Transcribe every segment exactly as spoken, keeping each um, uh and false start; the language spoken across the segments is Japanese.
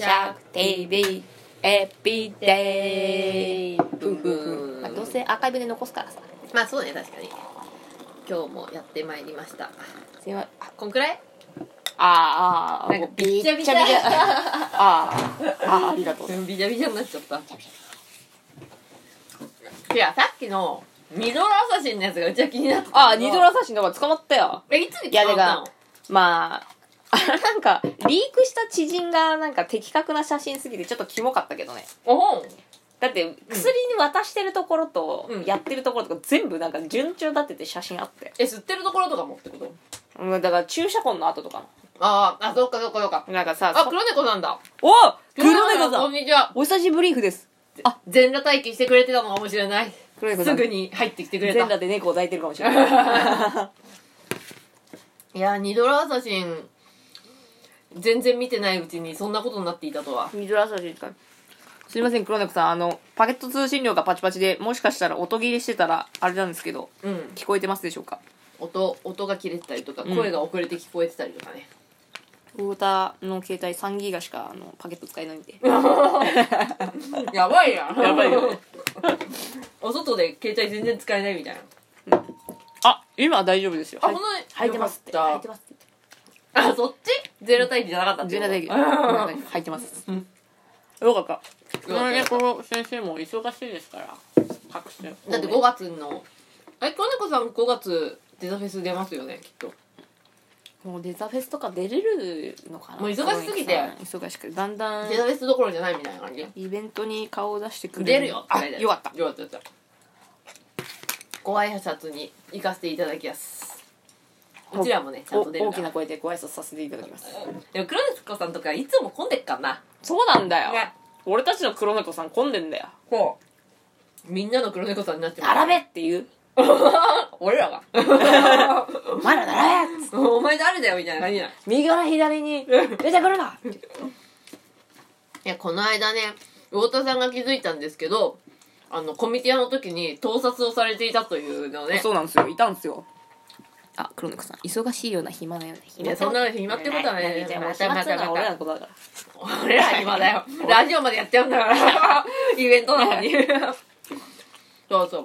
シャーク ティーブイ エビデイブブー、まあ、どうせアーカイブで残すからさ。 まあそうね、確かに今日もやってまいりました。 すいません。 あ、こんくらいあーあーなんかビチャビチャああーあーありがとう。 ビチャビチャになっちゃった。いや、さっきのミドルアサシンのやつがうちは気になってた。 ああ、ニドラサシンだから捕まったよ。 え、いつにいや捕まったの？ まああなんかリークした知人がなんか的確な写真すぎてちょっとキモかったけどね。 おほん。 だって薬に渡してるところとうんやってるところとか全部なんか順調だってて写真あって、 え、吸ってるところとかもってこと？ うんだから注射痕の跡とかああ、あ、そっかそっかそっか。 なんかさ、 あ、黒猫さんだ。 お黒猫さんこんにちは。 お久しぶりーフです。 あ、全裸待機してくれてたのかもしれない。 黒猫さんすぐに入ってきてくれた。 全裸で猫を抱いてるかもしれないいや、ニドラアサシン全然見てないうちにそんなことになっていたとは。 ニドラサシンか。すいません黒猫さん、あのパケット通信量がパチパチでもしかしたら音切れしてたらあれなんですけど、 うん。 聞こえてますでしょうか？ 音音が切れてたりとか、 うん声が遅れて聞こえてたりとかね。 太田の携帯さんギガしかあのパケット使えないんでやばいやん。 やばいよね。 お外で携帯全然使えないみたいな。 あ、今は大丈夫ですよ。 あ、 はいほんとに入ってますって。 よかった入ってますって。 あ、そっちゼロ待機じゃなかったってこと？ 全裸大丈夫。入ってます。 うんよかった。 よかったね、この先生も忙しいですから。隠して。 だってごがつのえ、黒猫さんごがつデザフェス出ますよね、きっと。 もうデザフェスとか出れるのかな。 もう忙しすぎて忙しくてだんだんデザフェスどころじゃないみたいな感じ。 イベントに顔を出してくれる。 出るよ。 あ、よかった。 よかったよかった。ご挨拶に行かせていただきます。うちらもね、ちゃんと出るから。 お大きな声でご挨拶させていただきます。 でも黒猫さんとかいつも混んでっかんな。 そうなんだよ。 ね俺たちの黒猫さん混んでんだよ。 こうみんなの黒猫さんになって並べって言う。 俺らがまだ並べっつってお前誰だよみたいな感じじゃない。 右から左に出てくるな。 いや、この間ね、太田さんが気づいたんですけど、あのコミティアの時に盗撮をされていたというのをね。 そうなんですよ。いたんですよ。あ、黒猫さん忙しいような暇なような暇。 いや、そんな暇ってことはね、 またまたまた俺らのことだから。 俺ら暇だよ。ラジオまでやっちゃうんだからイベントなのにそうそう、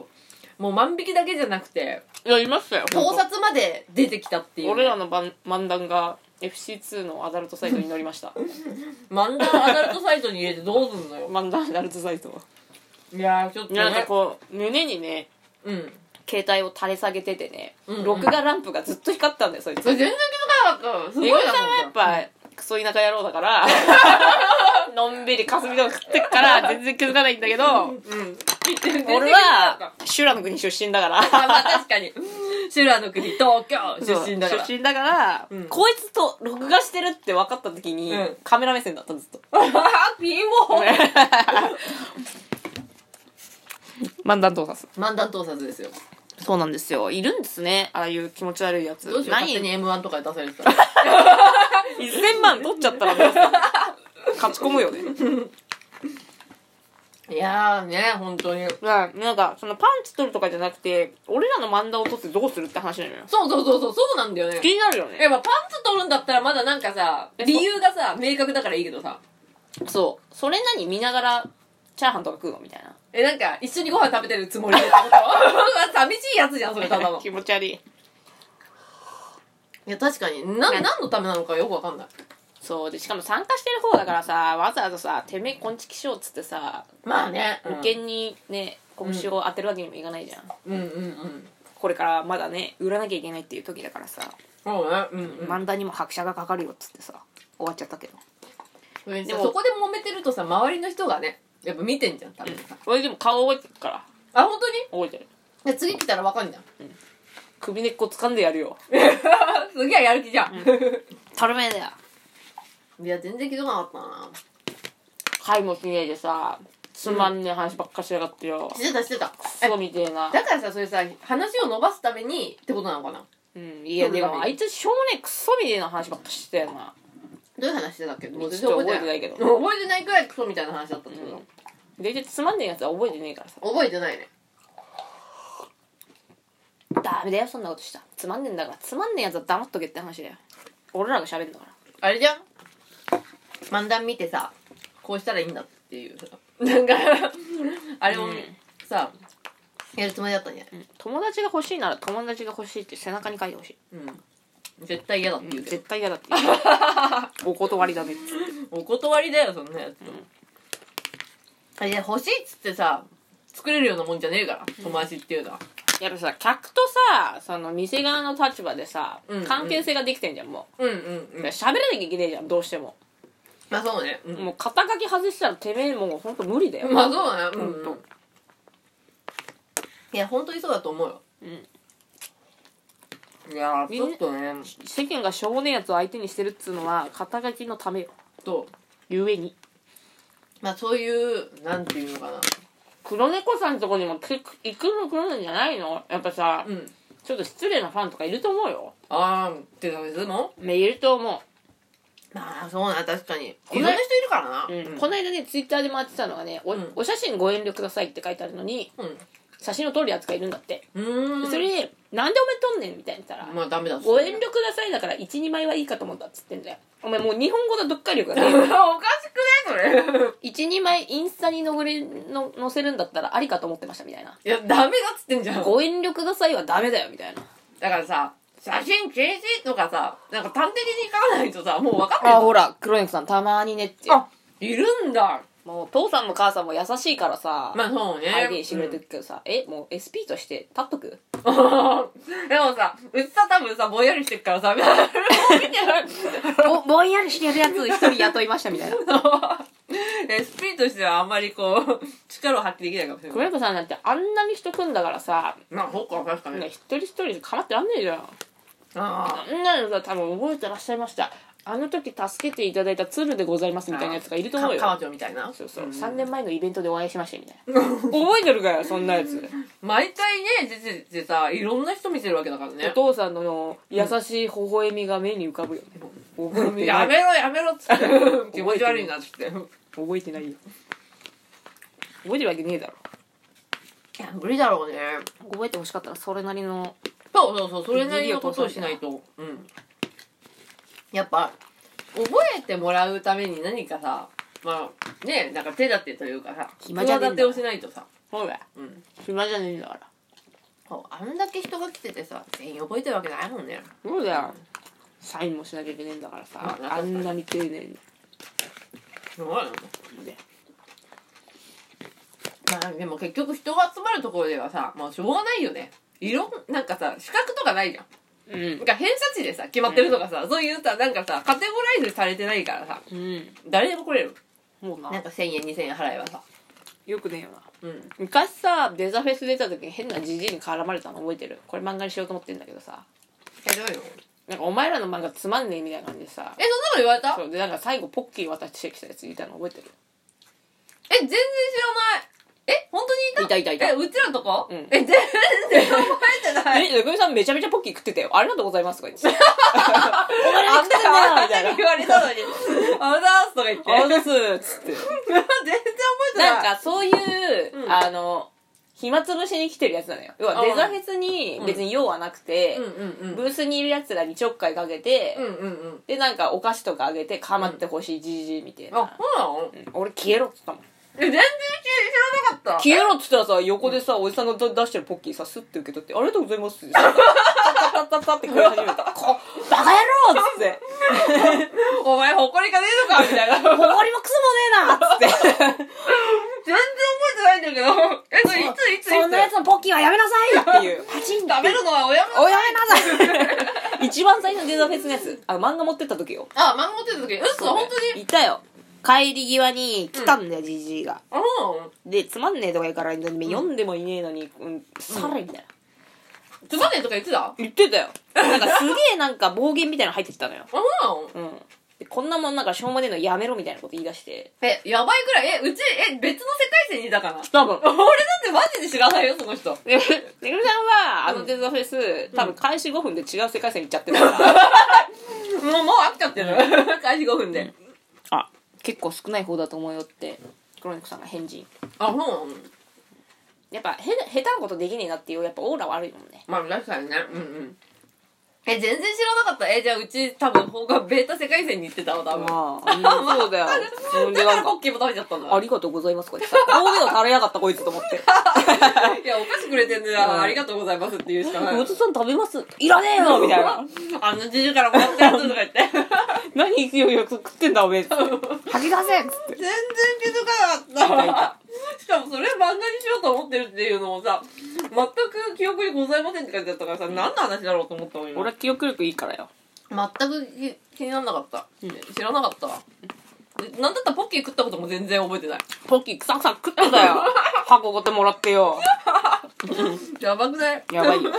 もう万引きだけじゃなくていやいましたよ。 盗撮まで出てきたっていう。 俺らの番漫談が エフシーツー のアダルトサイトに載りました。 漫談アダルトサイトに入れてどうすんのよ。 漫談アダルトサイト。 いやーちょっとね、 なんかこう胸にねうん携帯を垂れ下げててね、 うんうん録画ランプがずっと光ったんだよそいつ。 それ全然気づかなかった。すごいな。 井上さんはやっぱクソ田舎野郎だからのんびり霞とか食ってっから全然気づかないんだけど、 うん俺は修羅の国出身だからまあ確かに修羅の国東京出身だから。 出身だから、 うんこいつと録画してるって分かった時に、 うん、 カメラ目線だったずっとピンボー漫談盗撮。 漫談盗撮ですよ。 そうなんですよ。いるんですねああいう気持ち悪いやつ。 どうしよう、勝手に エムワン とかで出されてたらせんまん取っちゃったらどうする勝ち込むよね。 いやーね、本当になんかそのパンチ取るとかじゃなくて俺らの漫談を取ってどうするって話なのよ。 そうそうそうそう、そうなんだよね。 気になるよね。 やっぱパンツ取るんだったらまだなんかさ、理由がさ明確だからいいけどさ、 そうそれ何見ながらチャーハンとか食うのみたいな。 え、なんか一緒にご飯食べてるつもりでってこと寂しいやつじゃんそれ、ただの。 気持ち悪い。 いや確かにな、何のためなのかよくわかんない。 そうでしかも参加してる方だからさわざわざさてめえこんちきしようっつってさまあね、 保険にね拳を当てるわけにもいかないじゃん、 うんうんうんこれからまだね売らなきゃいけないっていう時だからさ、 そうね、うんうん、 漫談にも拍車がかかるよっつってさ終わっちゃったけど、 ででももそこで揉めてるとさ周りの人がねやっぱ見てんじゃん多分さ、 俺でも顔覚えてるからあ、本当に？ 覚えてる。 で次来たらわかんじゃん首根っこ掴んでやるよ。 すげえやる気じゃん、うん、 たるめだよ。 いや全然気づかなかったな。 はいもしねえでさつまんねえ話ばっかしやがってよ、 してたしてた。 クソみてえな。 だからさ、それさ話を伸ばすためにってことなのかな。 うん、いやでもあいつしょうもねえクソみてえな話ばっかしてたよな。 どういう話してたっけ？もう全ちょっと然覚えてない覚えてないけど、 覚えてないくらいクソみたいな話だったってこと、 うん、大体つまんねえやつは覚えてねえからさ。 覚えてないね。 ダメだよそんなことした。つまんねえんだからつまんねえやつは黙っとけって話だよ。俺らが喋るんだから。 あれじゃん、漫談見てさこうしたらいいんだっていうさなんかあれもさ、やるつもりだったんじゃない、 うん、友達が欲しいなら友達が欲しいって背中に書いてほしい。 うん絶対嫌だって言うけど、 絶対嫌だって言うお断りだねっつってお断りだよそんなやつ、うん、いや欲しいっつってさ作れるようなもんじゃねえから友達っていうのは、 やっぱさ客とさその店側の立場でさ、 うんうん、 関係性ができてんじゃんもう、 うんうんうん、 喋らなきゃいけねえじゃんどうしても。 まあそうね、うん、 もう肩書き外したらてめえもうほんと無理だよ。 まあそうだね、うんうん、 ほんといや本当にそうだと思うよ、 うん、 いやちょっとね世間がしょうもねえやつを相手にしてるっつうのは肩書きのためよとゆえに。 まあそういうなんていうのかな、 黒猫さんのとこにも行くの来るんじゃないの。やっぱさ、 うん、 ちょっと失礼なファンとかいると思うよ。 あーってだめでもねいると思う。 まあそうな確かにいこのろんな人いるからな、 うんうん、 この間ねツイッターで回ってたのがね お,、 うん、 お写真ご遠慮くださいって書いてあるのに写真を撮るやつがいるんだって。 うん、うーんそれでなんでお前撮んねんみたいに言ったら、 まあダメだっつってご遠慮くださいだからいちにまいはいいかと思ったっつってんだよ。お前もう日本語の読解力がねおかしくないそれいちにまいインスタにのれの載せるんだったらありかと思ってましたみたいな。 いやダメだっつってんじゃん。 ご遠慮くださいはダメだよみたいな。 だからさ写真 ケージー とかさなんか端的に書かないとさもう分かってる。 あほら黒猫さんたまにねってあいるんだ。 もう父さんも母さんも優しいからさ、 まあそうね相手にしてくれてるけどさ、うん、えもう エスピー として立っとくでもさうちさ多分さぼんやりしてるからさぼぼんやりしてるやつ一人雇いましたみたいなエスピー としてはあんまりこう力を発揮できないかもしれない。 黒猫さんなんてあんなに人組んだからさ、 まあそうか確かに、 ね、一人一人かまってらんねえじゃん。 ああんなのさ多分覚えてらっしゃいました。あの時助けていただいた鶴でございますみたいなやつがいると思うよ。 川町みたいな。 そうそう、 うん、 さんねんまえのイベントでお会いしましたみたいな覚えてるかよそんなやつ。 毎回ね出ててさいろんな人見せるわけだからね。 お父さんの優しい微笑みが目に浮かぶよね、うん、覚えてない。 やめろやめろっつって気持ち悪いなっつって覚えてないよ。覚えてるわけねえだろ。 いや無理だろうね。 覚えてほしかったらそれなりのそうそうそうそれなりのことをしないと。うんやっぱ覚えてもらうために何かさまあねなんか手立てというかさ暇じゃねえんだ企てをしないとさ。 そうだ、 うん、 暇じゃねえんだから。 そうあんだけ人が来ててさ全員覚えてるわけないもんね。 そうだよ、サインもしなきゃいけねえんだからさ、 まああんなに丁寧に。 すごいな。 でまあでも結局人が集まるところではさもうしょうがないよね。いろんなんかさ資格とかないじゃん。 うん、 なんか偏差値でさ決まってるとかさ、うん、そういうさなんかさカテゴライズされてないからさ、 うん、 誰でも来れる。 もうななんかせんえんにせんえん払えばさよくねえよな。 うん、 昔さデザフェス出た時に変なジジイに絡まれたの覚えてる。これ漫画にしようと思ってんだけどさ、 えどういうの。 なんかお前らの漫画つまんねえみたいな感じでさ、 えそんなこと言われた。 そうでなんか最後ポッキー渡してきたやついたの覚えてる。 え全然知らない。え本当にいた。 いたいたいた。 えうちらのとこ、 うん、 え全然覚えてない。 えグミさんめちゃめちゃポッキー食ってたよありがとうございますとか言ってお前ら食ってんだよみたいな言われたのにあざーすとか言ってあざすっつって全然覚えてない。 なんかそういう、 うん、 あの暇つぶしに来てるやつなのよ。要はデザフェスに別に用はなくて、 うんうんうん、 ブースにいるやつらにちょっかいかけて、 うんうんうん、 でなんかお菓子とかあげてかまってほしいじじいみたいな、 あそうなの、 うん、俺消えろっつったもん。 え全然知らなかった。 消えろっつったらさ横でさおじさんが出してるポッキーさスッて受け取ってありがとうございますってタタタタタって食い始めたこバカ野郎っつってお前誇りがねえのかみたいな誇りもクソもねえなっつって全然覚えてないんだけどえそれいついついつそんなやつのポッキーはやめなさいっていうパチンって食べるのはおやめなさいおやめなさい一番最初のデザフェスのやつあの漫画持ってった時よ。 あ漫画持ってた時にうっそ本当にいたよ。帰り際に来たんだよじじいが。 あでつまんねえとか言うから読んでもいねえのに、うん、さらみたいな、 つまんねえとか言ってた。 言ってたよ。なんかすげえなんか暴言みたいなの入ってきたのよ。 あそうなの。 うんでこんなもんなんかしょうもねえのやめろみたいなこと言い出して。 えやばいぐらいえうちえ別の世界線にいたかな。 多分俺だってマジで知らないよその人。 でめぐみさんはあのデザフェス、多分開始ごふんで違う世界線に行っちゃってるからもうもう飽きちゃってる、開始ごふんで、うん、 あ結構少ない方だと思うよって黒猫さんが返事。 あそうなの。 やっぱへ下手なことできねえなっていうやっぱオーラ悪いもんね。 まあ確かにねうんうんえ、全然知らなかった。え、じゃあうち多分他ベータ世界線に行ってたわ、多分。 まあ、そうだよ。そんでだからなんかポッキーも食べちゃったんだ。 ありがとうございますこうやってさ、こういうの垂れやがったこいつと思って。 いや、お菓子くれてんだよ、 うんありがとうございますって言うしかない。 ごちさん食べますいらねえよみたいな。 あのじじからもらったやつとか言って。 何勢いよく食ってんだおめえっつって。吐き出せっつって。 全然気づかなかった。しかもそれ漫画にしようと思ってるっていうのもさ、全く記憶にございませんって書いてあったからさ、何の話だろうと思ったの今。 俺は記憶力いいからよ。 全く気にならなかった。知らなかったわ。でなんだったらポッキー食ったことも全然覚えてない。 ポッキーくさくさ食ってたよ。箱ごともらってよ。 やばくない？ やばいよ。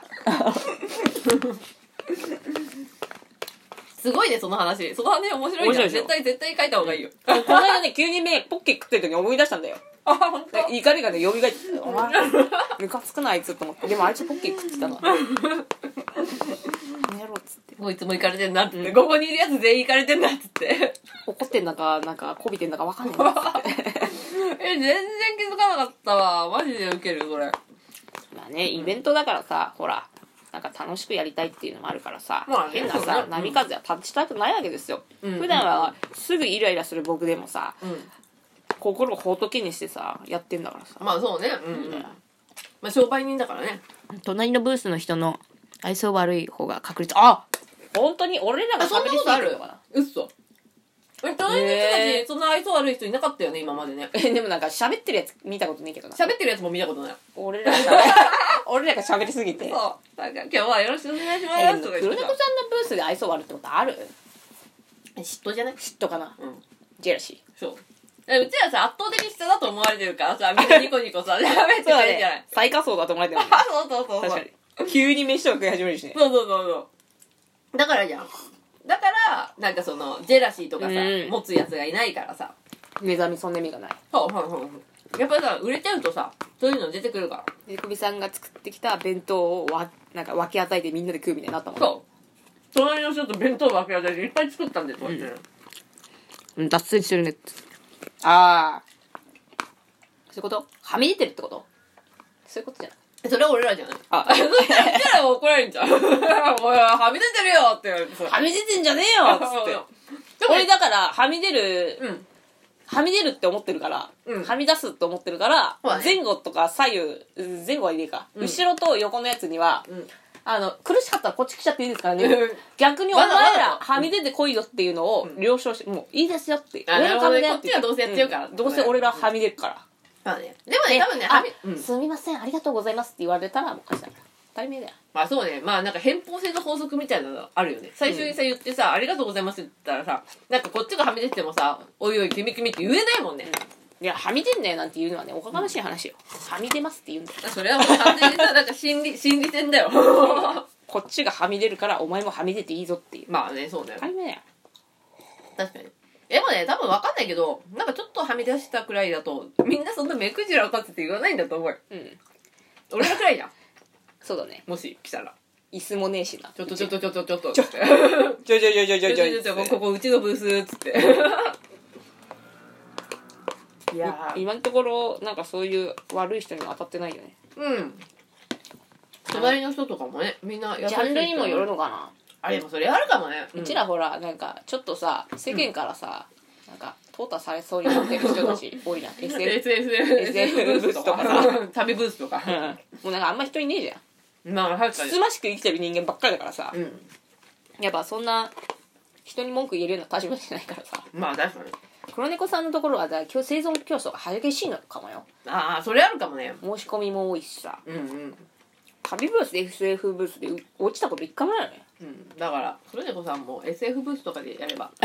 すごいね、その話。その話面白いじゃん。 面白いでしょ絶対、絶対書いた方がいいよ。 この間ね、急にね、ポッキー食ってる時に思い出したんだよ。 あ、ほんと？ で怒りがね、蘇ってきて、お前、ムカつくなあいつと思って。でもあいつポッキー食ってたの。やめろっつって。 こいつも行かれてんなっつって、ここにいるやつ全員行かれてんなっつって。 怒ってんだか、なんか、こびてんだかわかんないんだっつって。 え、全然気づかなかったわ。マジでウケる、それ。 まあね、イベントだからさ、ほら、なんか楽しくやりたいっていうのもあるからさ、 まあね変なそうねさ、波風は立ちたくないわけですよ。 うん普段はすぐイライラする僕でもさ、 うん。 心を仏にしてさ、やってんだからさ。 まあそうね。うん、うん。まあ商売人だからね。 隣のブースの人の愛想悪い方が確率、あ本当に俺らがあ、そん喋りすなことあるぎてるのかな。 うっそ。え、隣の人たへーち、そんな愛想悪い人いなかったよね、今までね。 え、でもなんか喋ってるやつ見たことねえけどな。 喋ってるやつも見たことない。 俺らが喋俺らが喋りすぎて。 そう。だから今日はよろしくお願いしまえ、 すとか言ってた黒猫さんのブースで愛想悪いってことある？ 嫉妬じゃない？ 嫉妬かな、 うん。 ジェラシー。 そう。えうちらさ、圧倒的に下だと思われてるからさ、みんなニコニコさ、喋ってくれるじゃない。 最下層だと思われてるもんね。 あ、そうそうそうそう。 確かに。急に飯を食い始めるしね。 そうそうそうそう。だからじゃん。だから、なんかその、ジェラシーとかさ、 うん持つやつがいないからさ。 目覚みそんな意味がない。 そう、はいはいはい。やっぱりさ、売れちゃうとさ、そういうの出てくるから。 で、首さんが作ってきた弁当をわ、なんか分け与えてみんなで食うみたいになったもんね。 そう。隣の人と弁当分け与えていっぱい作ったんで、こうやって。 うん、脱線してるね。ああ。そういうことはみ出てるってことそういうことじゃないそれは俺らじゃない。 あそしたら、うちらが怒られんじゃん。おい、はみ出てるよって言われてさ。 はみ出てんじゃねえよっつって。 でも俺だから、はみ出る、 うん。 はみ出るって思ってるから、 うんはみ出すって思ってるから、 そうだね前後とか左右、前後はいいねえか、 うん後ろと横のやつには、 うん。 あの、苦しかったらこっち来ちゃっていいですからね。 うん逆にお前わざわざらはみ出てこいよっていうのをうん了承して、もういいですよって。 あウェルカムだよなるほどねこっちはどうせやっちゃうからんどうせ俺らはみ出るから。 まあね。でもね、多分ね、 あはみ、うん。 すみません、ありがとうございますって言われたらもう返したから。当たり前だよ。 まあそうね。まあなんか偏方性の法則みたいなのあるよね。最初にさ言ってさ、ありがとうございますって言ったらさ、なんかこっちがはみ出ててもさ、おいおい、君君って言えないもんね。 いや、はみ出んなよなんて言うのはね、おかがましい話よ。はみ出ますって言うんだよ。 それはもう完全にさ、なんか心理、心理戦だよ。 こっちがはみ出るから、お前もはみ出ていいぞっていう。 まあね、そうね当。たり前だよ。 確かに。でもね、多分わかんないけど、なんかちょっとはみ出したくらいだと、みんなそんな目くじらを立てて言わないんだと思うよ。 うん。 俺らくらいじゃん。 そうだね。 もし来たら。 椅子もねえしな。 ちょっとちょっとちょっとちょっと。ちょっとちょちょちょちょちょちょちょちょちょここうちのブースっつって。いやー。 今のところ、なんかそういう悪い人には当たってないよね。 うん。隣の人とかもね、みんな優しいジ人ャンルにもよるのかな。 あ、でもそれあるかもね。 うちらほら、なんか、ちょっとさ、世間からさ、なんか、淘汰されそうになってる人たち多いじゃん。エスエフ。 エスエフ、エスエフ ブースとかさ、旅ブースとか。 うんもうなんかあんま人いねえじゃん。 まあ、確かにつつ。ましく生きてる人間ばっかりだからさ、 うん。 やっぱそんな、人に文句言えるような立場じゃないからさ。 まあ、確かに。 黒猫さんのところは、だから今日生存競争が激しいのかもよ。 ああ、それあるかもね。 申し込みも多いしさ。 うんうん。 旅ブースで エスエフ ブースで落ちたこと一回もないよね。 うん、だから黒猫さんも エスエフ ブースとかでやれば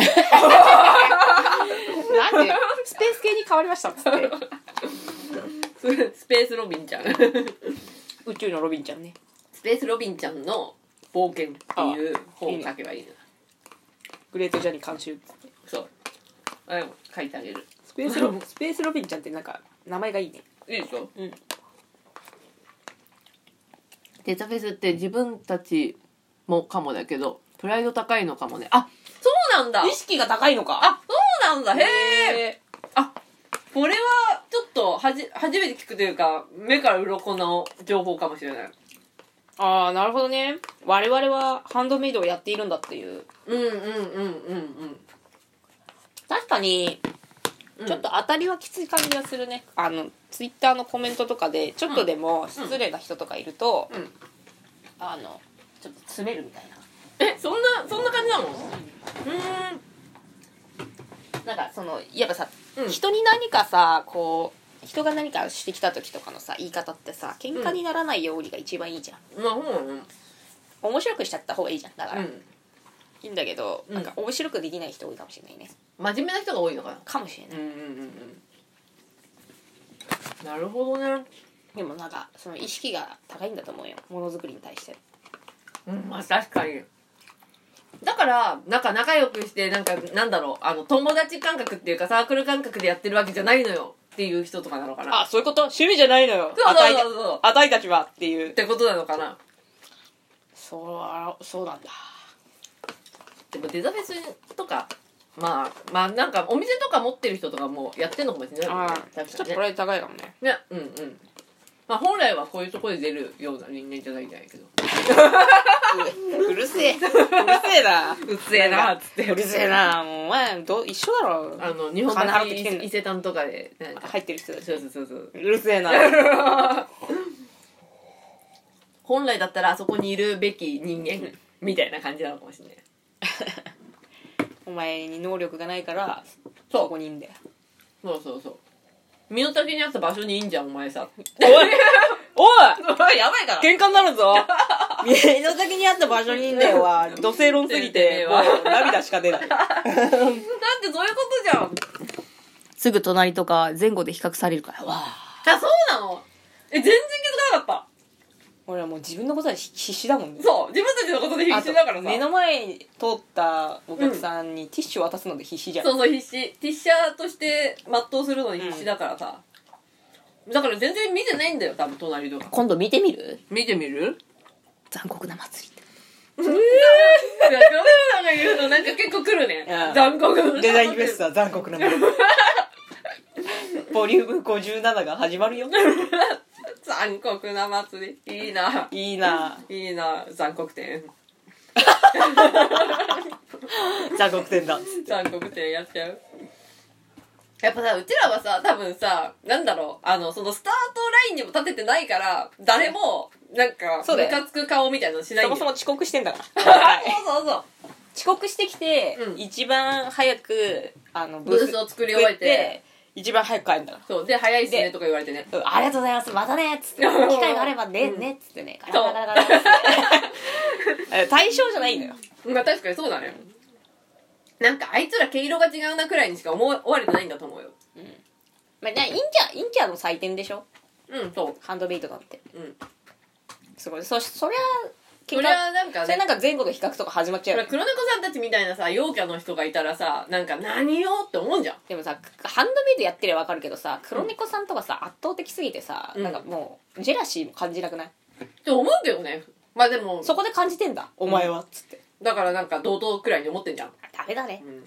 なんでスペース系に変わりましたっつってスペースロビンちゃん宇宙のロビンちゃんね。 スペースロビンちゃんの冒険っていう本を書けばいいの。 グレートジャーニー監修。 そうあれも書いてあげる。 スペースロスペースロビンちゃんってなんか名前がいいね。 いいでしょ。 うん。 データフェスって自分たちもかもだけどプライド高いのかもね。あ、そうなんだ。 意識が高いのか。 あ、そうなんだ。へえ。 へあ、これはちょっとはじ初めて聞くというか目から鱗の情報かもしれない。 ああなるほどね。我々はハンドメイドをやっているんだっていう。 うんうんうんうんうん確かにちょっと当たりはきつい感じがするね。あのツイッターのコメントとかでちょっとでも失礼な人とかいると、 うんあのちょっと詰めるみたいな。 えそんなそんな感じなの？うーんなんかそのやっぱさ、 うん、 人に何かさこう人が何かしてきた時とかのさ言い方ってさ喧嘩にならないようにが一番いいじゃん、 うん、まあそうだね。 面白くしちゃった方がいいじゃんだから、 うん、 いいんだけど、 うん、 なんか面白くできない人多いかもしれないね。 真面目な人が多いのかな。 かもしれない、 うんうんうんうんなるほどね。 でもなんかその意識が高いんだと思うよものづくりに対して。 うんまあ確かに。だからなんか仲良くしてなんかなんだろうあの友達感覚っていうかサークル感覚でやってるわけじゃないのよっていう人とかなのかな。 あそういうこと。趣味じゃないのよ。 そうそうそうそうあたいたちはっていうってことなのかな。 そうそうなんだ。 でもデザフェスとかまあまあなんかお店とか持ってる人とかもやってんのかもしれないもんね。 あ確かにね。 ちょっとこれ高いかもね。 ねうんうん。まあ本来はこういうところで出るような人間じゃないんじゃないけど。 うるせえうるせえなうっせえなっつってうるせえなもうお前ど一緒だろ。 あの日本金払ってきてんの橋伊勢丹とかでなんか入ってる人たち。 そうそうそうそううるせえな本来だったらあそこにいるべき人間みたいな感じなのかもしれない。 お前に能力がないからそうそこにいんだよ。 そうそうそう身の丈にあった場所にいいんじゃんお前さ。 おいおいやばいから喧嘩になるぞ身の丈にあった場所にいんだよは土星論すぎてもう涙しか出ないだってそういうことじゃん。 すぐ隣とか前後で比較されるからわあそうなの。え全然気づかなかった。 俺はもう自分のことは必死だもんね。 そう自分たちのことで必死だからさ。 目の前に通ったお客さんにティッシュ渡すので必死じゃん、 そうそう必死。ティッシャーとして全うするのに必死だからさ、うん、だから全然見てないんだよ多分隣とか。 今度見てみる。 見てみる。 残酷な祭りってえー、いやカメラが言うのなんか結構来るね。残酷なデザインフェスは残酷な祭りボリュームごじゅうななが始まるよ残酷な祭りいいないいないいな残酷店残酷店だ残酷店やっちゃう。やっぱさうちらはさ多分さなんだろうあのそのスタートラインにも立ててないから誰もなんかムカつく顔みたいなのしないんだよ。 そもそも遅刻してんだからそうそうそう遅刻してきて、うん、一番早くあのブースを作り終えて一番早く帰るんだから。 そうで早いっすねとか言われてね、 うん、ありがとうございますまたねっつって機会があればね、うん、ねっつってねガラガラガラガラって対象じゃないのよ。 まあ確かにそうだね。なんかあいつら毛色が違うなくらいにしか思われてないんだと思うよ。 うんまあ、陰キャ陰キャの祭典でしょ。 うんそうハンドメイドなんて。 うんすごい そ, そりゃそれはなんかね、 それなんか前後の比較とか始まっちゃうよ。 黒猫さんたちみたいなさ陽キャの人がいたらさなんか何よって思うんじゃん。 でもさハンドメイドやってれば分かるけどさ黒猫さんとかさ、うん、圧倒的すぎてさ、うん、なんかもうジェラシーも感じなくないって思うけどね。まあでもそこで感じてんだお前は、うん、っつってだからなんか同等くらいに思ってんじゃん。 ダメだね、 うん、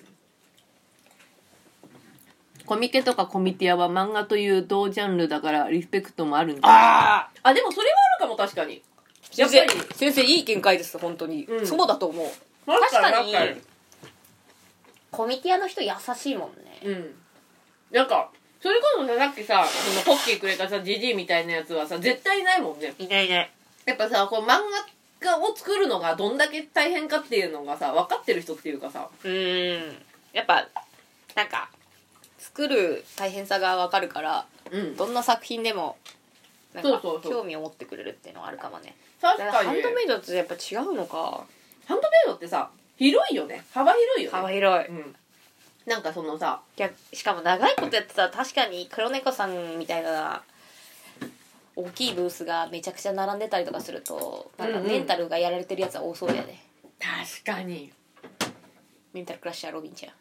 コミケとかコミティアは漫画という同ジャンルだからリスペクトもあるんだ。 ああでもそれはあるかも確かに。 やっぱり先生いい見解です本当に、うん、そうだと思う。確かにコミティアの人優しいもんね。 うんなんかそれこそささっきさそのポッキーくれたさジジイみたいなやつはさ絶対いないもんね。 いないいない。 やっぱさこう漫画を作るのがどんだけ大変かっていうのがさ分かってる人っていうかさうーんやっぱなんか作る大変さが分かるから、うん、どんな作品でもなんか興味を持ってくれるっていうのはあるかもね。 確かにハンドメイドってやっぱ違うのか。 ハンドメイドってさ広いよね。幅広いよね。 幅広い、 うん、なんかそのさしかも長いことやってたら確かに黒猫さんみたいな大きいブースがめちゃくちゃ並んでたりとかするとなんかメンタルがやられてるやつは多そうだよね、 うんうん、確かにメンタルクラッシャーロビンちゃん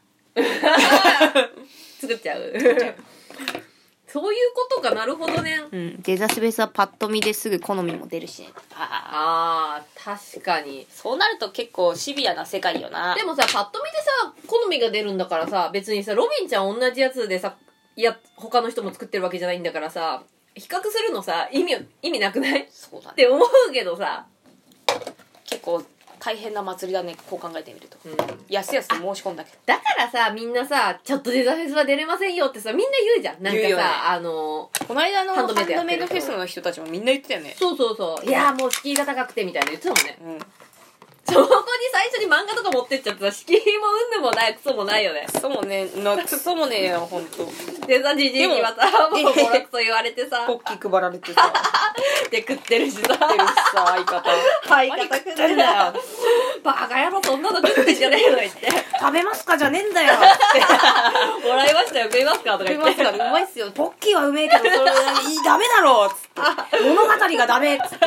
作っちゃうそういうことか。なるほどね、 うん、デザスベースはパッと見ですぐ好みも出るし、ね、 ああ確かにそうなると結構シビアな世界よな。 でもさパッと見でさ好みが出るんだからさ別にさロビンちゃん同じやつでさいや他の人も作ってるわけじゃないんだからさ比較するのさ意味意味なくない？ そうだねって思うけどさ結構大変な祭りだね、こう考えてみると、 うん、 やすやすと申し込んだけど。 だからさ、みんなさ、ちょっとデザフェスは出れませんよってさ、みんな言うじゃん。なんかさ、ね、あのこの間のハンドメイドハンドメイドフェスの人たちもみんな言ってたよね。 そうそうそう。いやーもう敷居が高くてみたいな言ってたもんね。 うん。 そこに最初に漫画とか持ってっちゃってさ、敷居もうんでもない、クソもないよね。 クソもね、なクソもねえよ、ほんと。 でさ、じじいにはさ、もうボロクソ言われてさ、 ポッキー配られてさ、 で食ってるしさ、 食ってるしさ、相方。 相方食ってんだよ。バカ野郎そんなの食ってんじゃねえの言って。 食べますかじゃねえんだよって。 もらいましたよ、食いますかとか言って。 食いますか、うまいっすよ。ポッキーはうめえけど、それいいダメだろっつって。物語がダメっつって。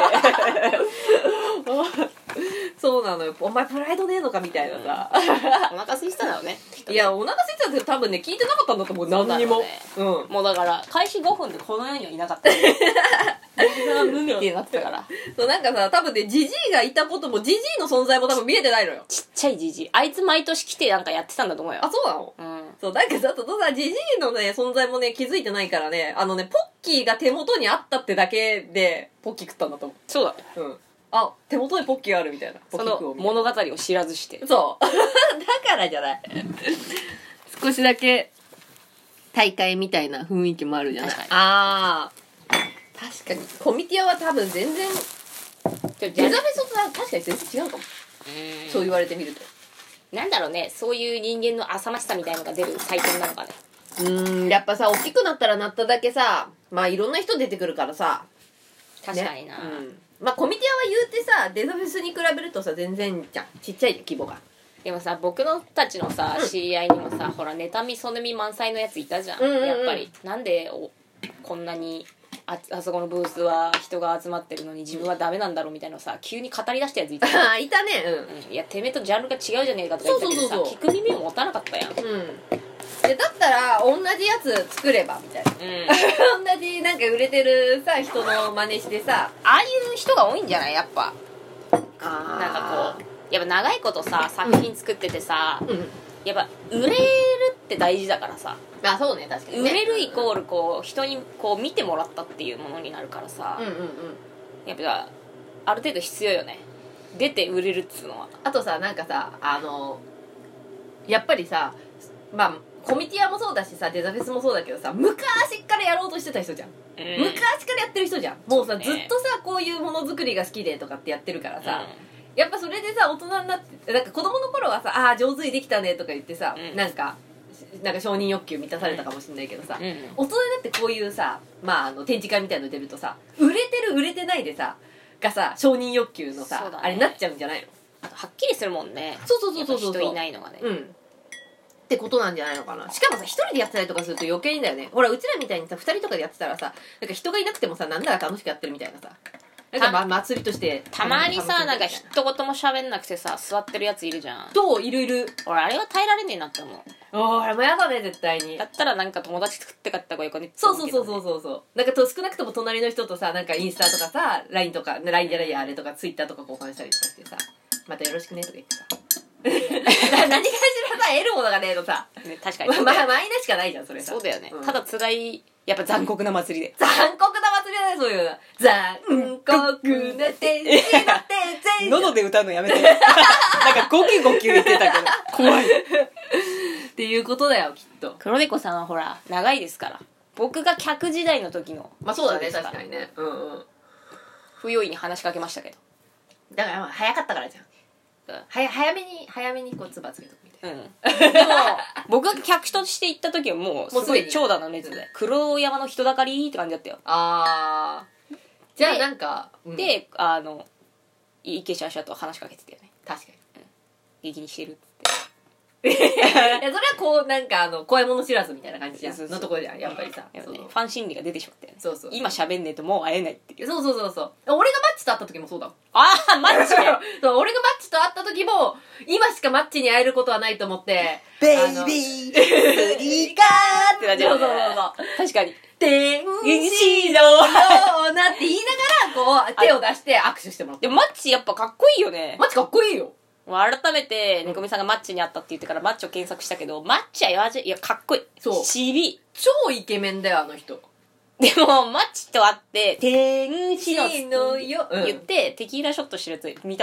そうなのよ。お前プライドねえのかみたいなさ。 お腹空いてたんだろうね。 いや、お腹空いてたけど多分ね、聞いてなかったんだと思う。何にも。 うね、うん。もうだから、開始ごふんでこの世にはいなかった。僕が無みてになってたから。 そう、なんかさ、多分ね、ジジイがいたことも、ジジイの存在も多分見えてないのよ。 ちっちゃいジジイ。あいつ毎年来てなんかやってたんだと思うよ。 あ、そうなの？うん。そう、なんかさ、とさ、ジジイのね、存在もね、気づいてないからね、あのね、ポッキーが手元にあったってだけで、ポッキー食ったんだと思う。 そうだね。 うん。あ、手元にポッキーがあるみたいな。 その物語を知らずして。 そう。だからじゃない。少しだけ大会みたいな雰囲気もあるじゃない。 確かに。 ああ。確かに。コミティアは多分全然、デザフェスと確かに全然違うかも。うん。そう言われてみると。 なんだろうね、そういう人間の浅ましさみたいのが出る祭典なのかね。 うーん、やっぱさ、大きくなったらなっただけさ、まあいろんな人出てくるからさ。 確かにな、ね、うん。 まあコミティアは言うてさ、デザフェスに比べるとさ全然じゃん、ちっちゃい規模が。 でもさ、僕のたちのさ、うん、知り合いにもさ、ほら妬みそねみ満載のやついたじゃん、うんうんうん、やっぱりなんでおこんなに あ, あそこのブースは人が集まってるのに自分はダメなんだろうみたいなのさ、急に語り出したやついたじゃん。 いたね、うん、 うん、いやてめえとジャンルが違うじゃねえかとか言ったけどさ、そうそうそうそう、聞く耳を持たなかったやん。うん、 でだったら同じやつ作ればみたいな、うん、同じなんか売れてるさ人の真似してさ、 ああいう人が多いんじゃない、やっぱ。あなんかこうやっぱ長いことさ作品作っててさ、うん、やっぱ売れるって大事だからさ。 あ、そうね、確かにね。 売れるイコールこう人にこう見てもらったっていうものになるからさ、うんうんうん、やっぱある程度必要よね、出て売れるっつうのは。 あとさ、なんかさ、あのやっぱりさ、まあコミティアもそうだしさ、デザフェスもそうだけどさ、昔からやろうとしてた人じゃん、うん、昔からやってる人じゃん。もうさ、ね、ずっとさこういうものづくりが好きでとかってやってるからさ、うん、やっぱそれでさ大人になってなんか子供の頃はさ、ああ上手にできたねとか言ってさ、うん、なんかなんか承認欲求満たされたかもしれないけどさ、うん、大人になってこういうさ、まあ、あの展示会みたいの出るとさ、売れてる売れてないでさがさ承認欲求のさ、ね、あれになっちゃうんじゃないの。 あとはっきりするもんね。 そうそうそうそうそう、 人いないのがね、 うんってことなんじゃないのかな。しかもさ、一人でやってたりとかすると余計にだよね。ほら、うちらみたいにさ、二人とかでやってたらさ、なんか人がいなくてもさ、なんなら楽しくやってるみたいなさ、なんか、ま、祭りとしてたまにさ、なんか一言も喋んなくてさ座ってるやついるじゃん。 そう、いるいる。 俺あれは耐えられねえなって思う。 ああ、もうやだね、絶対に。 だったらなんか友達作ってかった方がよくね。 そうそうそうそうそうそう。なんかと少なくとも隣の人とさ、なんかインスタとかさ、ライン とか ライン じゃないや、あれとかツイッターとか交換したりとかしてさ、またよろしくねとか言ってさ何かしらさ、得るものがねえのさ、 ね、確かに、 まあ、マイナしかないじゃんそれさ。 そうだよね、うん、ただ辛い、やっぱ残酷な祭りで、 残酷な祭りだね、そういうの。残酷な天使の天使喉で歌うのやめてなんかゴキゴキ言ってたけど怖いっていうことだよ、きっと。 黒猫さんはほら長いですから。僕が客時代の時の、 まあそうだね、確かにね。うんうん。 不用意に話しかけましたけど、 だから早かったからじゃん。うん、はや早めに早めにこうつばつけとくみたいな、うん、 でも僕が客として行った時はもうすごい長蛇の列で、黒山の人だかりって感じだったよ。ああ、じゃあなんかで、うん、であの池シャシャと話しかけてたよね。 確かに、 うん、元気にしてるっつっていやそれはこうなんかあの怖いもの知らずみたいな感じじゃん、そうそうそうのところじゃんやっぱりさ、 そうね、ファン心理が出てしまったよね。 そうそう、 今喋んねえともう会えないっていう。 そうそうそうそう。俺がマッチと会った時もそうだもん。 ああ、マッチそう、俺がマッチと会った時も今しかマッチに会えることはないと思って、 ベイビースリーカーってなっちゃう。そうそうそうそう。確かに天使のようなって言いながらこう手を出して握手してもらった。 でもマッチやっぱかっこいいよね。 マッチかっこいいよ。 改めてねこみさんがマッチに会ったって言ってからマッチを検索したけど、マッチはやわじいやかっこいい。 そう、 チビ超イケメンだよあの人。 でもマッチと会って天使のよ言ってテキーラショットしてるやつ見たことね。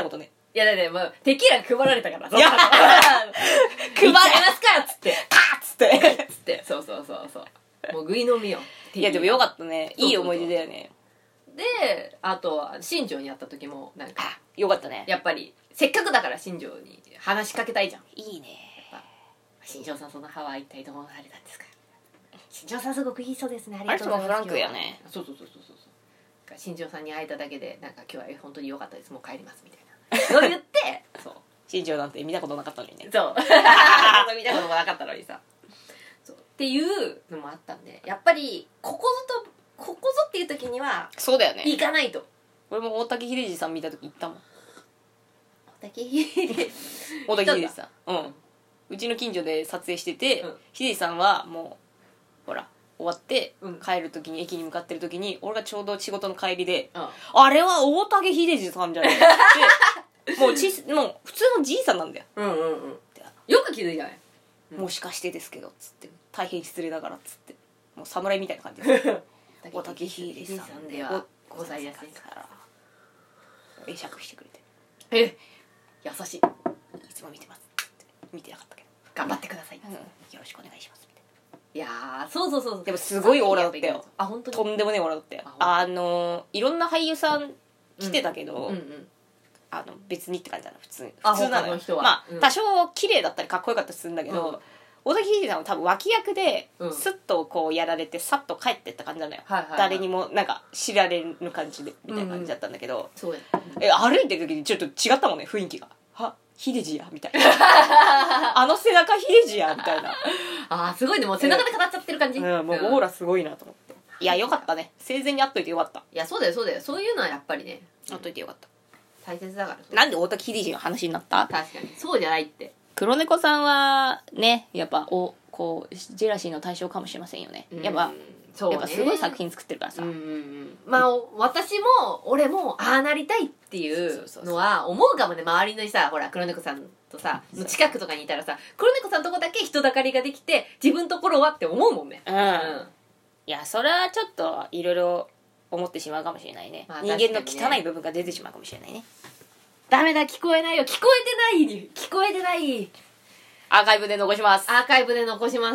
いやだってもうテキーラ配られたからさいや配りますかっつってカーッつってつってそうそうそうそうもう食い飲みよいやでもよかったね、いい思い出だよね。 であとは新庄に会った時もなんかよかったね。 やっぱりせっかくだから新庄に話しかけたいじゃん。 いいね。 新庄さんその歯は一体どうされたんですか。新庄さんすごくいい人ですね、ありあがとうございます。 れともフランクやね。 そうそうそうそうそうそう新庄さんに会えただけでなんか今日は本当に良かったです、もう帰りますみたいなのを言ってそう新庄なんて見たことなかったのにね。 そう見たこともなかったのにさそうっていうのもあったんで、やっぱりここぞとここぞっていう時にはそうだよね。 行かないと。 俺も大竹秀治さん見た時行ったもん。 大竹秀治大竹秀治さん、うんうちの近所で撮影してて、 うん秀治さんはもうほら終わってうん帰る時に、駅に向かってる時に俺がちょうど仕事の帰りで、 うんあれは大竹秀治さんじゃないってもうちもう普通のじいさんなんだよ、 うんうんうんよく気づいたね。うんもしかしてですけどっつって大変失礼だからっつってもう侍みたいな感じです大竹秀治さんではございませんから会釈してくれてえ優しい。 いつも見てますって見てなかったけど、 頑張ってください、 うん、よろしくお願いしますみたいいやーそうそうそう。 でもすごいオーラだったよ。 あ本当に。 なとんでもねえオーラだったよ。 ああのいろんな俳優さん来てたけど、 うんうんあの別にって感じだな、普通あ普通なのよ。 他の人はまあ、 うん多少綺麗だったりかっこよかったりするんだけど、 うん大竹秀治さんは多分脇役でうんスッとこうやられてさっと帰ってった感じなのよ、 はいはいはい誰にもなんか知られる感じでみたいな感じだったんだけど、 そうや。 え歩いてる時にちょっと違ったもんね、雰囲気が。は秀治やみたいなあの背中秀治やみたいな、 あーすごいね、もう背中で語っちゃってる感じ。 うん、もうオーラすごいなと思って、いやよかったね、生前に会っといてよかった、 いやそうだよそうだよ、そういうのはやっぱりね会っといてよかった。 大切だから。 なんで大竹秀治の話になった？ 確かにそうじゃないって。 黒猫さんはねやっぱおこうジェラシーの対象かもしれませんよね、やっぱ、 うんそうね、 やっぱすごい作品作ってるからさ、 うんうんうんまあ私も俺もああなりたいっていうのは思うかもね。周りのさほら黒猫さんとさの近くとかにいたらさ、黒猫さんとこだけ人だかりができて自分ところはって思うもんね。 うん、いやそれはちょっといろいろ思ってしまうかもしれないね、 まあ人間の確かにね汚い部分が出てしまうかもしれないね。 ダメだ、聞こえないよ、聞こえてない聞こえてないアーカイブで残します。 アーカイブで残します。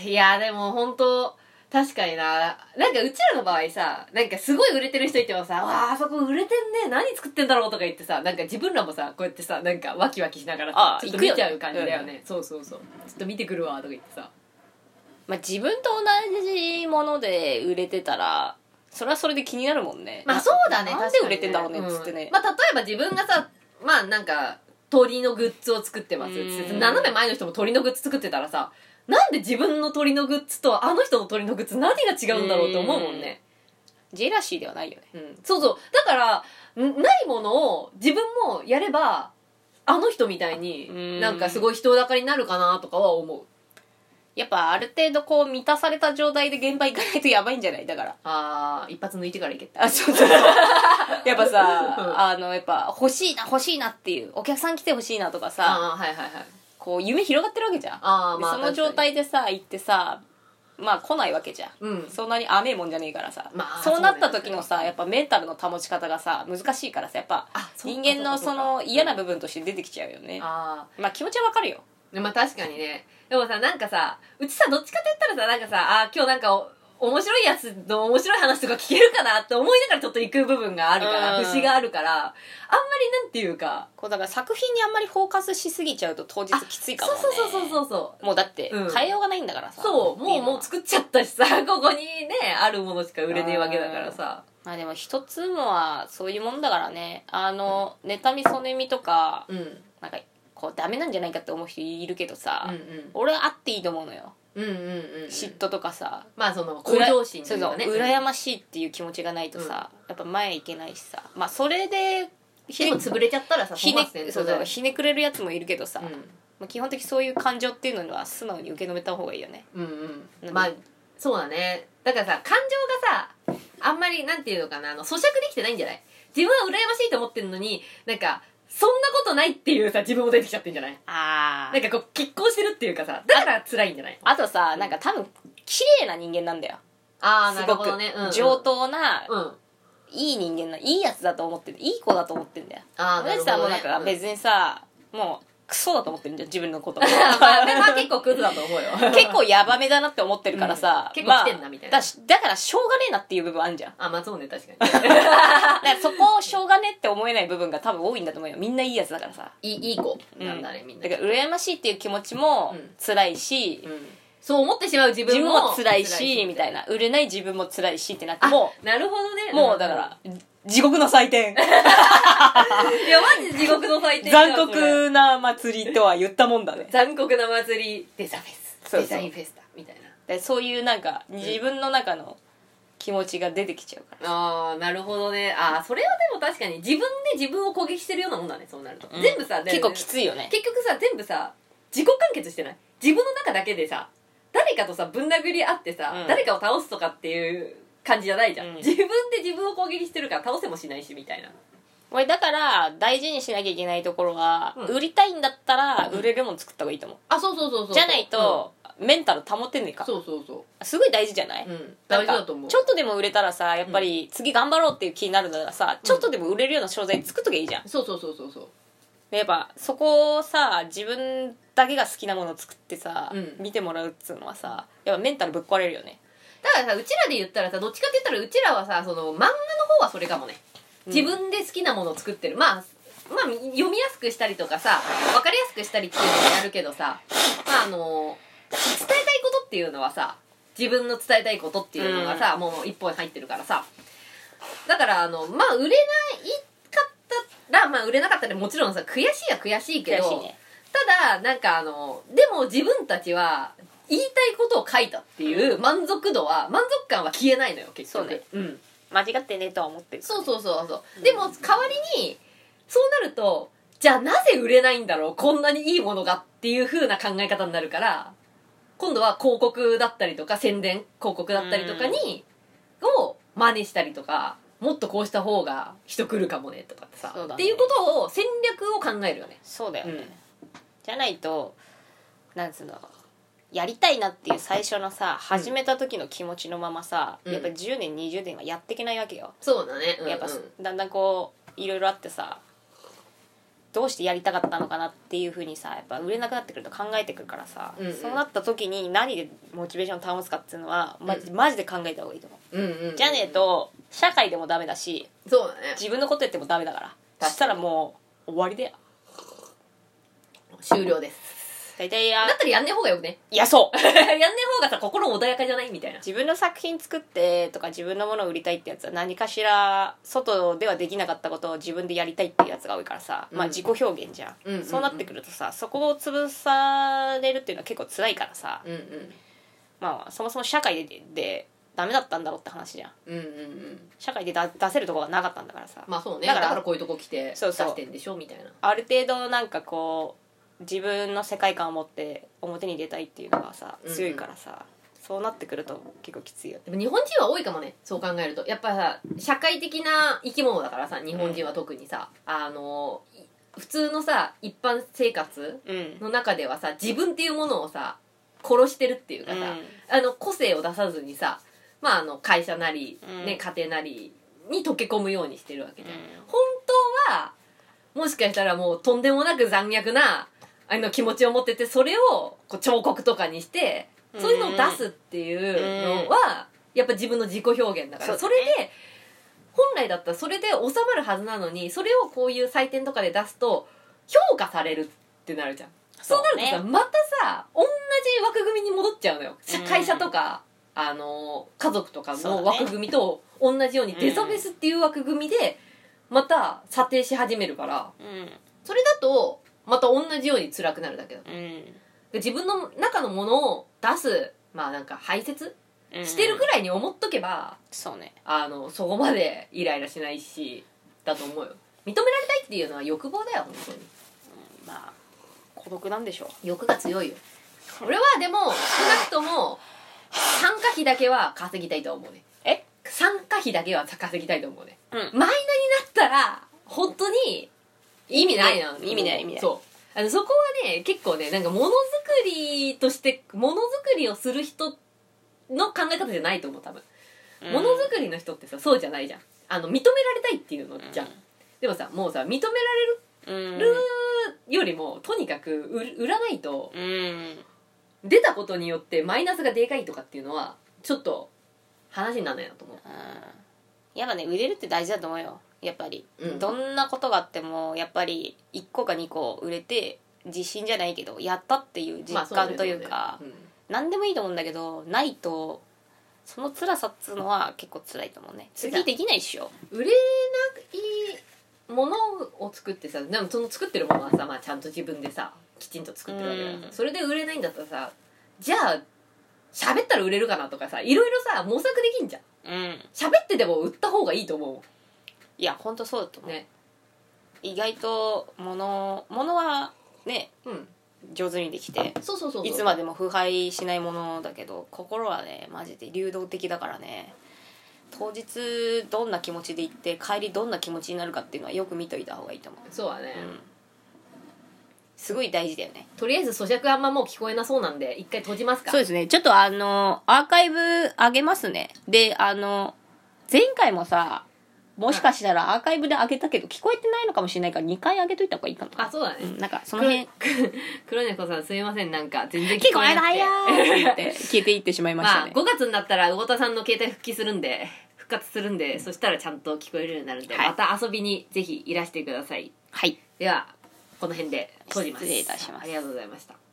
いやでも本当確かにな。なんかうちらの場合さ、なんかすごい売れてる人いてもさ、わああそこ売れてんね、何作ってんだろうとか言ってさ、なんか自分らもさこうやってさなんかワキワキしながらさあちょっと見ちゃう感じだよ行くよね。そうそうそうちょっと見てくるわとか言ってさ。 まあ、自分と同じもので売れてたらそれはそれで気になるもんね。 まあそうだね。 なんで売れてんだろうねっつってね、 うんまあ例えば自分がさまあなんか鳥のグッズを作ってますっつってうん斜め前の人も鳥のグッズ作ってたらさ、なんで自分の鳥のグッズとあの人の鳥のグッズ何が違うんだろうって思うもんね。 ジェラシーではないよね。 うん、そうそうだからんないものを自分もやればあの人みたいになんかすごい人だかりになるかなとかは思う。 やっぱある程度こう満たされた状態で現場行かないとやばいんじゃない？だからあー一発抜いてからいけって。 あそうそうそうやっぱさ、 うんあのやっぱ欲しいな欲しいなっていうお客さん来て欲しいなとかさ、 あーはいはいはい。 こう夢広がってるわけじゃん。 あーまあでその状態でさ行ってさまあ来ないわけじゃん、 うんそんなに甘えもんじゃねえからさ、 まあそうなった時のさ、 そうだよねやっぱメンタルの保ち方がさ難しいからさ、やっぱあそうか人間のそそうかの嫌な部分として出てきちゃうよね。 あまあ気持ちはわかるよ。 ーまあ確かにね。でもさなんかさうちさどっちかって言ったらさなんかさあー今日なんかお面白いやつの面白い話とか聞けるかなって思いながらちょっと行く部分があるから、 うん節があるからあんまりなんていうかこうだから作品にあんまりフォーカスしすぎちゃうと当日きついかもね。 そうそうそうそうそうもうだってうん変えようがないんだからさ、 そうもうもうう作っちゃったしさここにねあるものしか売れねえわけだからさ。 まあでも一つもはそういうもんだからね。あの、うん、妬みそねみとか、 うんうんなんかこうダメなんじゃないかって思う人いるけどさ、 うん俺はあっていいと思うのよ。 うんうんうん嫉妬とかさ、 まあその向上心というかね、 そうそう羨ましいっていう気持ちがないとさ、やっぱ前いけないしさ、まあそれでひでも潰れちゃったらさひね本末転そう倒だよそうひねくれるやつもいるけどさ、 うんまあ、基本的にそういう感情っていうのは素直に受け止めた方がいいよね。 うんうんうんまあそうだね。だからさ感情がさあんまりなんていうのかなあの咀嚼できてないんじゃない？自分は羨ましいと思ってるのになんかそんなことないっていうさ自分も出てきちゃってんじゃない？ あなんかこう拮抗してるっていうかさだから辛いんじゃない？ あとさ、なんか多分綺麗な人間なんだよ。 ああすごくなるほどね、うんうん、 上等なうんいい人間ないいやつだと思ってるいい子だと思ってんだよ。 ああなるほど、ね、 さんもなんか別にさ、うん、もうクソだと思ってるんじゃん自分のことまあ、まあ結構クズだと思うよ結構ヤバめだなって思ってるからさ、 うん、結構来てんなみたいな、 まあ、だ, だからしょうがねえなっていう部分あるじゃん。 あまあそうね確かにだからそこをしょうがねえって思えない部分が多分多いんだと思うよ。みんないいやつだからさ、 いいいい子なんだね、うん、みんなだから羨ましいっていう気持ちも辛いし、 うんうん、そう思ってしまう自分 も, 自分も辛いしみたいな、売れない自分も辛いしってなってもうなるほどね、 もうだから、うん、地獄の祭典いやマジ地獄の祭典残酷な祭りとは言ったもんだね。 残酷な祭りデザフェス、そうそうデザインフェスタみたいな、 でそういうなんか自分の中の気持ちが出てきちゃうから、 うん、ああなるほどね。ああそれはでも確かに自分で自分を攻撃してるようなもんだね、そうなると、うん、全部さ結構きついよね。 結局さ全部さ自己完結してない、自分の中だけでさ誰かとさぶん殴り合ってさ、うん、誰かを倒すとかっていう感じじゃないじゃん、うん、自分で自分を攻撃してるから倒せもしないしみたいな。 俺だから大事にしなきゃいけないところは、うん、売りたいんだったら売れるもの作った方がいいと思う、うん、 あそうそうそうそうじゃないと、うん、メンタル保てんねえか。 そうそうそうすごい大事じゃない、 うん、大事だと思う。 ちょっとでも売れたらさやっぱり次頑張ろうっていう気になるならさ、うん、ちょっとでも売れるような商材作っときゃいいじゃん。 そうそうそうそうそう。 でやっぱそこをさ自分だけが好きなものを作ってさ、 うん、 見てもらうっつうのはさやっぱメンタルぶっ壊れるよね。 だからさうちらで言ったらさどっちかって言ったらうちらはさその漫画の方はそれかもね、自分で好きなものを作ってる、まあまあ読みやすくしたりとかさ分かりやすくしたりっていうのもやるけどさ、まああの伝えたいことっていうのはさ自分の伝えたいことっていうのがさ、うん、もう一本入ってるからさ、だからあのまあ売れないかったらまあ売れなかったらもちろんさ悔しいは悔しいけど、 悔しいね、 ただなんかあのでも自分たちは言いたいことを書いたっていう満足度は満足感は消えないのよ結局。 そうね、 うん、 間違ってねとは思ってる。 そうそうそうそう、うん、でも代わりにそうなるとじゃあなぜ売れないんだろうこんなにいいものがっていう風な考え方になるから、今度は広告だったりとか宣伝広告だったりとかに、うん、を真似したりとかもっとこうした方が人来るかもねとかってさ、ね、っていうことを戦略を考えるよね。 そうだよね、うん、じゃないとなんつうのやりたいなっていう最初のさ始めた時の気持ちのままさ、うん、やっぱりじゅうねんにじゅうねんはやっていけないわけよ。 そうだね、うんうん、 やっぱだんだんこういろいろあってさどうしてやりたかったのかなっていう風にさやっぱ売れなくなってくると考えてくるからさ、うんうん、そうなった時に何でモチベーションを保つかっていうのはマジ、うん、マジで考えた方がいいと思う、うんうんうん、じゃねえと社会でもダメだし、 そうだね、 自分のことやってもダメだからそしたらもう終わりだよ、 終了です。 大体やだったらやんねえ方がよくね。 いやそうやんねえ方がさ心穏やかじゃないみたいな。 自分の作品作ってとか自分のものを売りたいってやつは何かしら外ではできなかったことを自分でやりたいっていうやつが多いからさ、うん、まあ自己表現じゃん、うんうんうん、そうなってくるとさそこを潰されるっていうのは結構辛いからさ、うんうん、まあそもそも社会ででダメだったんだろうって話じゃん、うんうんうん、社会でだ出せるところがなかったんだからさ、 まあそうね、だから、だからこういうとこ来て出してんでしょみたいな。 ある程度なんかこう自分の世界観を持って表に出たいっていうのがさ強いからさ、うんうん、そうなってくると結構きついよ。 でも日本人は多いかもね、そう考えると。やっぱさ社会的な生き物だからさ日本人は特にさ、うん、あの普通のさ一般生活の中ではさ自分っていうものをさ殺してるっていうかさ、うん、あの個性を出さずにさ、まあ、あの会社なり、ね、家庭なりに溶け込むようにしてるわけじゃん、うん、本当はもしかしたらもうとんでもなく残虐なあの気持ちを持っててそれをこう彫刻とかにしてそういうのを出すっていうのはやっぱ自分の自己表現だからそれで本来だったらそれで収まるはずなのにそれをこういう祭典とかで出すと評価されるってなるじゃん。そうなるとさまたさ同じ枠組みに戻っちゃうのよ。会社とかあの家族とかの枠組みと同じようにデザフェスっていう枠組みでまた査定し始めるからそれだとまた同じように辛くなるだけだ、うん、自分の中のものを出すまあなんか排泄してるくらいに思っとけば、 うん、そうね、 あのそこまでイライラしないしだと思うよ。認められたいっていうのは欲望だよ本当に、うん、 まあ孤独なんでしょう。 欲が強いよ。俺はでも少なくとも参加費だけは稼ぎたいと思うね。 え参加費だけは稼ぎたいと思うね、 うん、 マイナになったら本当に意味ないな。 意味ない意味ない。 そうあのそこはね結構ねなんかものづくりとしてものづくりをする人の考え方じゃないと思う多分。ものづくりの人ってさそうじゃないじゃん。 あの認められたいっていうのじゃん、うん、でもさもうさ認められるよりもとにかく売らないと、うん、出たことによってマイナスがでかいとかっていうのはちょっと話にならないなと思う、うん、 やっぱね売れるって大事だと思うよやっぱり、うん、どんなことがあってもやっぱりいっこかにこ売れて自信じゃないけどやったっていう実感というか、まあそうですよね、うん、何でもいいと思うんだけどないとその辛さっつうのは結構辛いと思うね。次できないっしょ。 売れないものを作ってさ、でもその作ってるものはさ、まあ、ちゃんと自分でさきちんと作ってるわけだから、うん、それで売れないんだったらさ、じゃあ喋ったら売れるかなとかさ、いろいろさ模索できんじゃん。うん、喋ってでも売った方がいいと思う。 いやほんとそうだと思う、ね、意外と物物はね、うん、上手にできて、 そうそうそうそう、 いつまでも腐敗しないものだけど、心はねマジで流動的だからね、当日どんな気持ちで行って帰りどんな気持ちになるかっていうのはよく見といた方がいいと思う。 そうだね、うん、 すごい大事だよね。 とりあえず咀嚼あんまもう聞こえなそうなんで一回閉じますか。 そうですね、ちょっとあのアーカイブ上げますね。であの前回もさもしかしたらアーカイブで上げたけど聞こえてないのかもしれないからにかい上げといた方がいいかな。 あ、そうだね、 うん、なんかその辺黒猫さんすいません、なんか全然聞こえないよーって言って消えていってしまいましたね。 まあごがつになったら魚田さんの携帯復帰するんで復活するんで、そしたらちゃんと聞こえるようになるんで、はい、また遊びにぜひいらしてください。 はい、 ではこの辺で閉じます。 失礼いたします。 ありがとうございました。